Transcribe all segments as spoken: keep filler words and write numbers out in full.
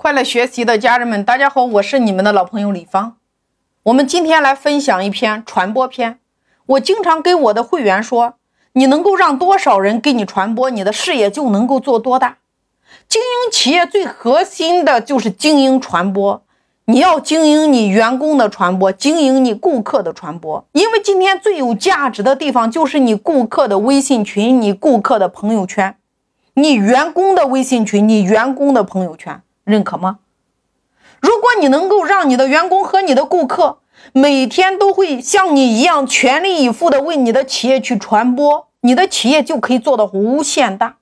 快乐学习的家人们，大家好，我是你们的老朋友李芳。我们今天来分享一篇传播篇。我经常给我的会员说，你能够让多少人给你传播，你的事业就能够做多大。经营企业最核心的就是经营传播，你要经营你员工的传播，经营你顾客的传播。因为今天最有价值的地方就是你顾客的微信群，你顾客的朋友圈，你员工的微信群，你员工的朋友圈，认可吗？如果你能够让你的员工和你的顾客每天都会像你一样全力以赴的为你的企业去传播，你的企业就可以做到无限大。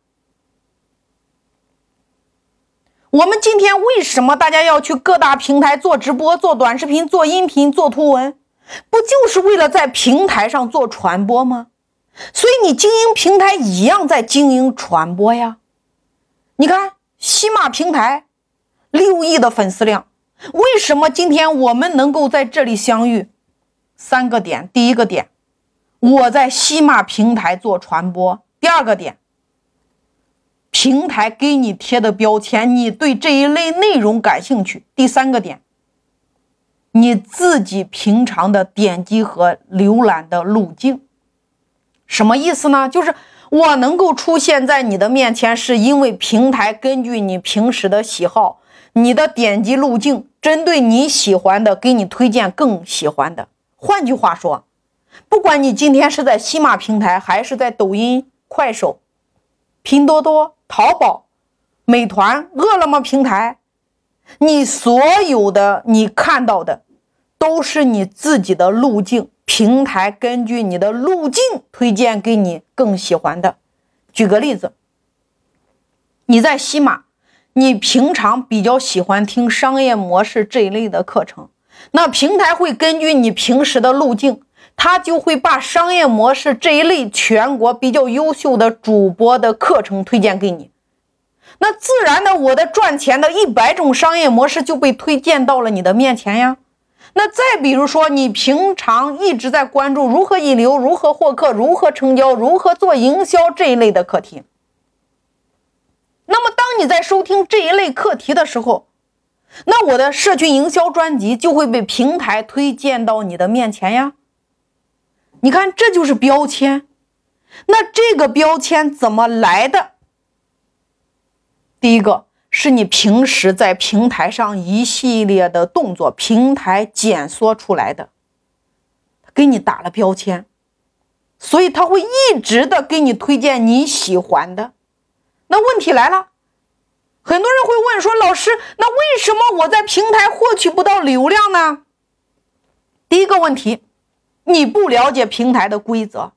我们今天为什么大家要去各大平台做直播、做短视频、做音频、做图文？不就是为了在平台上做传播吗？所以你经营平台一样在经营传播呀。你看喜马平台六亿的粉丝量，为什么今天我们能够在这里相遇？三个点。第一个点，我在喜马平台做传播。第二个点，平台给你贴的标签，你对这一类内容感兴趣。第三个点，你自己平常的点击和浏览的路径。什么意思呢？就是我能够出现在你的面前，是因为平台根据你平时的喜好，你的点击路径，针对你喜欢的给你推荐更喜欢的。换句话说，不管你今天是在喜马平台，还是在抖音、快手、拼多多、淘宝、美团、饿了么平台，你所有的你看到的都是你自己的路径，平台根据你的路径推荐给你更喜欢的。举个例子，你在喜马，你平常比较喜欢听商业模式这一类的课程，那平台会根据你平时的路径，它就会把商业模式这一类全国比较优秀的主播的课程推荐给你。那自然的，我的赚钱的一百种商业模式就被推荐到了你的面前呀。那再比如说，你平常一直在关注如何引流、如何获客、如何成交、如何做营销这一类的课题，那么当你在收听这一类课题的时候，那我的社群营销专辑就会被平台推荐到你的面前呀。你看，这就是标签。那这个标签怎么来的？第一个是你平时在平台上一系列的动作，平台检索出来的，给你打了标签，所以他会一直的给你推荐你喜欢的。那问题来了，很多人会问说，老师，那为什么我在平台获取不到流量呢？第一个问题，你不了解平台的规则。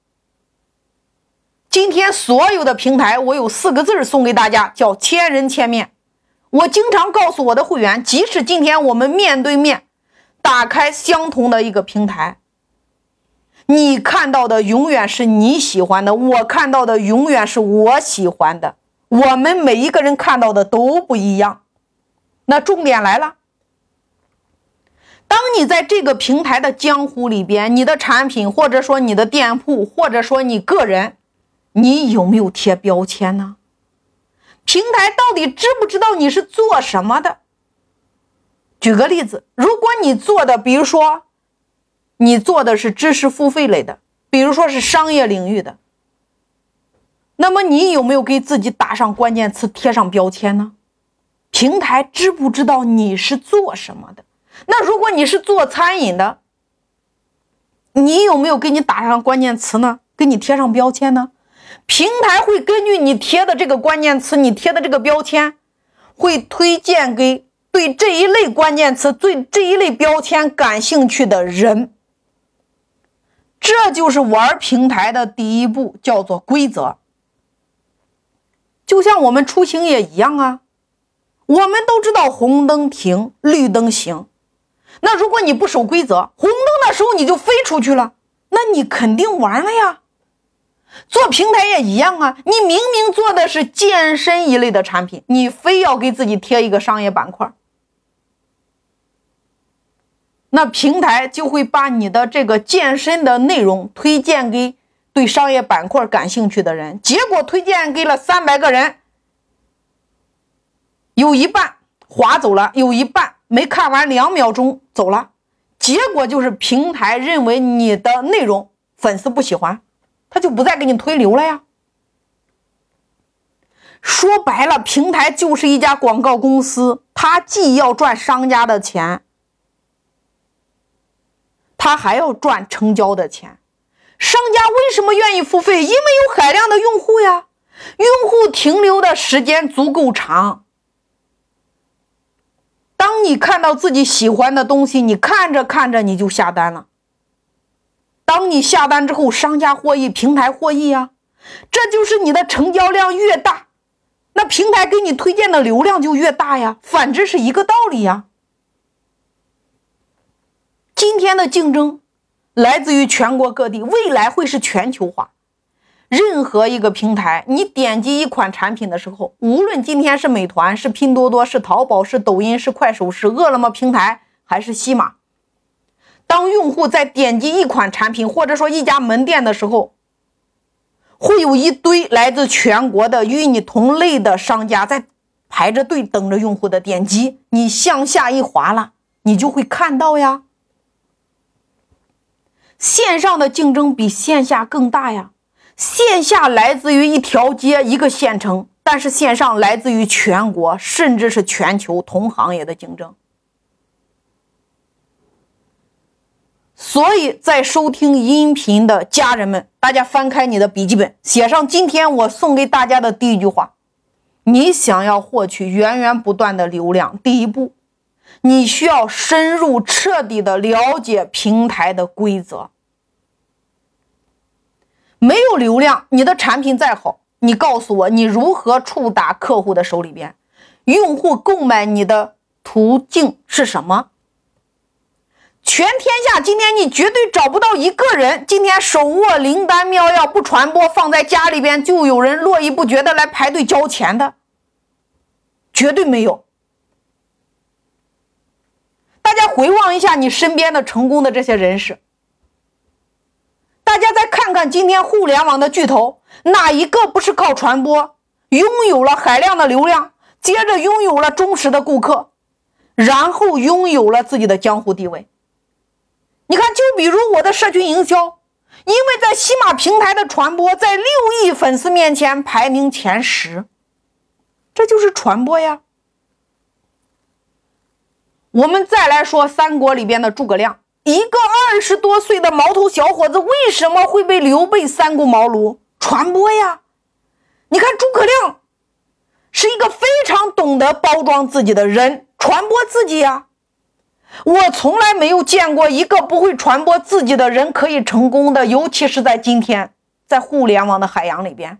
今天所有的平台，我有四个字送给大家，叫千人千面。我经常告诉我的会员，即使今天我们面对面打开相同的一个平台，你看到的永远是你喜欢的，我看到的永远是我喜欢的，我们每一个人看到的都不一样。那重点来了，当你在这个平台的江湖里边，你的产品或者说你的店铺或者说你个人，你有没有贴标签呢？平台到底知不知道你是做什么的？举个例子，如果你做的，比如说你做的是知识付费类的，比如说是商业领域的，那么你有没有给自己打上关键词，贴上标签呢？平台知不知道你是做什么的？那如果你是做餐饮的，你有没有给你打上关键词呢？给你贴上标签呢？平台会根据你贴的这个关键词，你贴的这个标签，会推荐给对这一类关键词、对这一类标签感兴趣的人。这就是玩平台的第一步，叫做规则。就像我们出行也一样啊，我们都知道红灯停，绿灯行。那如果你不守规则，红灯的时候你就飞出去了，那你肯定完了呀。做平台也一样啊，你明明做的是健身一类的产品，你非要给自己贴一个商业板块，那平台就会把你的这个健身的内容推荐给对商业板块感兴趣的人，结果推荐给了三百个人，有一半划走了，有一半没看完两秒钟走了，结果就是平台认为你的内容粉丝不喜欢，他就不再给你推流了呀。说白了，平台就是一家广告公司，它既要赚商家的钱，它还要赚成交的钱。商家为什么愿意付费？因为有海量的用户呀，用户停留的时间足够长。当你看到自己喜欢的东西，你看着看着你就下单了。当你下单之后，商家获益，平台获益呀，这就是你的成交量越大，那平台给你推荐的流量就越大呀，反之是一个道理呀。今天的竞争来自于全国各地，未来会是全球化。任何一个平台，你点击一款产品的时候，无论今天是美团、是拼多多、是淘宝、是抖音、是快手、是饿了么平台，还是西马，当用户在点击一款产品或者说一家门店的时候，会有一堆来自全国的与你同类的商家在排着队等着用户的点击，你向下一滑了，你就会看到呀。线上的竞争比线下更大呀，线下来自于一条街一个县城，但是线上来自于全国甚至是全球同行业的竞争。所以在收听音频的家人们，大家翻开你的笔记本，写上今天我送给大家的第一句话。你想要获取源源不断的流量，第一步你需要深入彻底的了解平台的规则。没有流量，你的产品再好，你告诉我你如何触达客户的手里边？用户购买你的途径是什么？全天下今天你绝对找不到一个人今天手握灵丹妙药不传播，放在家里边就有人络绎不绝的来排队交钱的，绝对没有。大家回望一下你身边的成功的这些人士，大家再看看今天互联网的巨头，哪一个不是靠传播拥有了海量的流量，接着拥有了忠实的顾客，然后拥有了自己的江湖地位？你看，就比如我的社群营销，因为在喜马平台的传播，在六亿粉丝面前排名前十，这就是传播呀。我们再来说三国里边的诸葛亮，一个二十多岁的毛头小伙子，为什么会被刘备三顾茅庐？传播呀。你看诸葛亮是一个非常懂得包装自己的人，传播自己呀。我从来没有见过一个不会传播自己的人可以成功的，尤其是在今天，在互联网的海洋里边。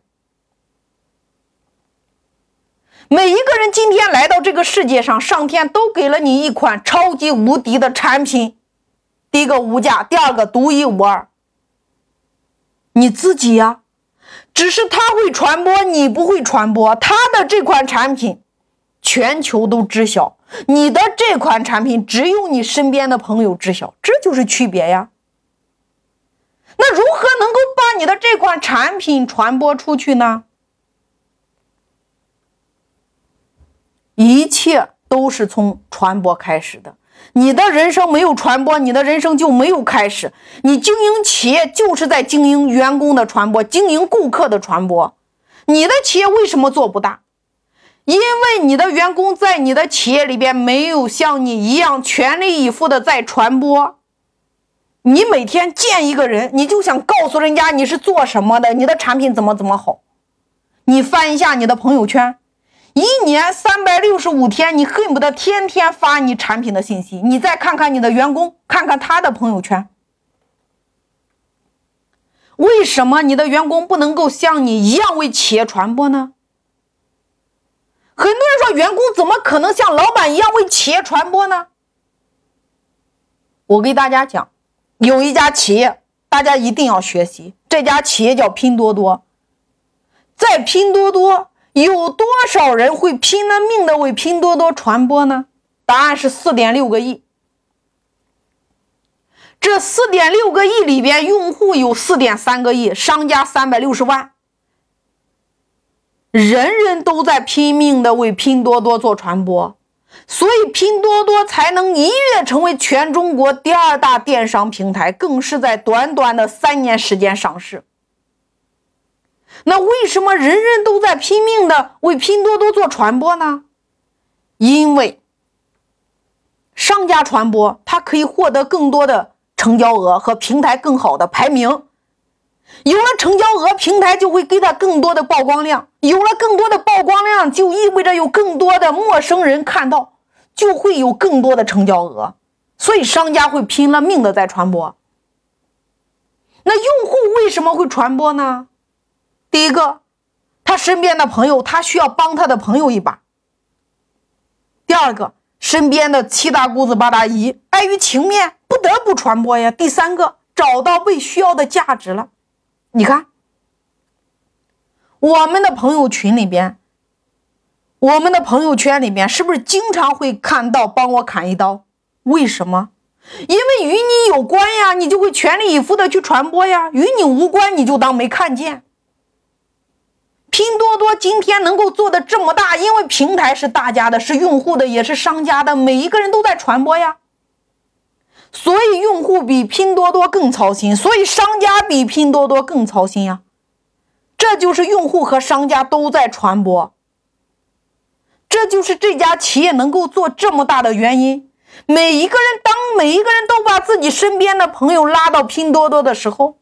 每一个人今天来到这个世界上，上天都给了你一款超级无敌的产品，第一个无价，第二个独一无二。你自己呀，只是他会传播，你不会传播，他的这款产品全球都知晓，你的这款产品只有你身边的朋友知晓，这就是区别呀。那如何能够把你的这款产品传播出去呢？一切都是从传播开始的。你的人生没有传播，你的人生就没有开始。你经营企业就是在经营员工的传播，经营顾客的传播。你的企业为什么做不大？因为你的员工在你的企业里边没有像你一样全力以赴的在传播。你每天见一个人，你就想告诉人家你是做什么的，你的产品怎么怎么好。你翻一下你的朋友圈，一年三百六十五天，你恨不得天天发你产品的信息。你再看看你的员工，看看他的朋友圈。为什么你的员工不能够像你一样为企业传播呢？很多人说，员工怎么可能像老板一样为企业传播呢？我给大家讲，有一家企业大家一定要学习，这家企业叫拼多多。在拼多多有多少人会拼了命的为拼多多传播呢？答案是 四点六个亿。这 四点六个亿里边，用户有 四点三个亿，商家三百六十万。人人都在拼命的为拼多多做传播， 所以拼多多才能一跃成为全中国第二大电商平台，更是在短短的三年时间上市。那为什么人人都在拼命的为拼多多做传播呢？因为商家传播，它可以获得更多的成交额和平台更好的排名。有了成交额，平台就会给他更多的曝光量，有了更多的曝光量，就意味着有更多的陌生人看到，就会有更多的成交额，所以商家会拼了命的在传播。那用户为什么会传播呢？第一个，他身边的朋友，他需要帮他的朋友一把。第二个，身边的七大姑子八大姨碍于情面不得不传播呀。第三个，找到被需要的价值了。你看我们的朋友群里边，我们的朋友圈里边，是不是经常会看到帮我砍一刀？为什么？因为与你有关呀，你就会全力以赴的去传播呀，与你无关你就当没看见。拼多多今天能够做的这么大，因为平台是大家的，是用户的，也是商家的，每一个人都在传播呀。所以用户比拼多多更操心，所以商家比拼多多更操心呀。这就是用户和商家都在传播，这就是这家企业能够做这么大的原因。每一个人，当每一个人都把自己身边的朋友拉到拼多多的时候，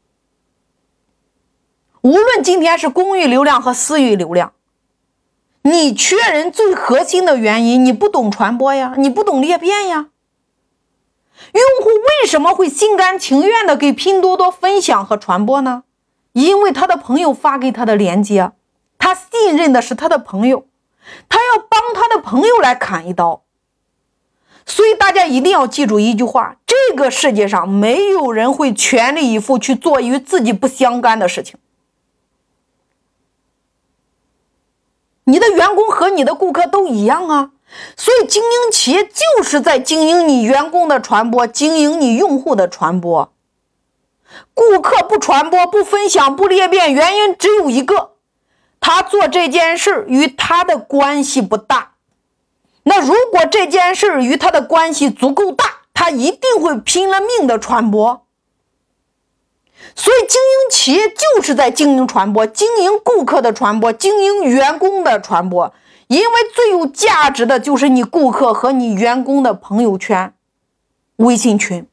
无论今天是公域流量和私域流量，你缺人最核心的原因，你不懂传播呀，你不懂裂变呀。用户为什么会心甘情愿的给拼多多分享和传播呢？因为他的朋友发给他的链接，他信任的是他的朋友，他要帮他的朋友来砍一刀。所以大家一定要记住一句话，这个世界上没有人会全力以赴去做与自己不相干的事情。你的员工和你的顾客都一样啊，所以经营企业就是在经营你员工的传播，经营你用户的传播。顾客不传播、不分享、不裂变，原因只有一个，他做这件事与他的关系不大。那如果这件事与他的关系足够大，他一定会拼了命的传播。所以经营企业就是在经营传播，经营顾客的传播，经营员工的传播。因为最有价值的就是你顾客和你员工的朋友圈、微信群。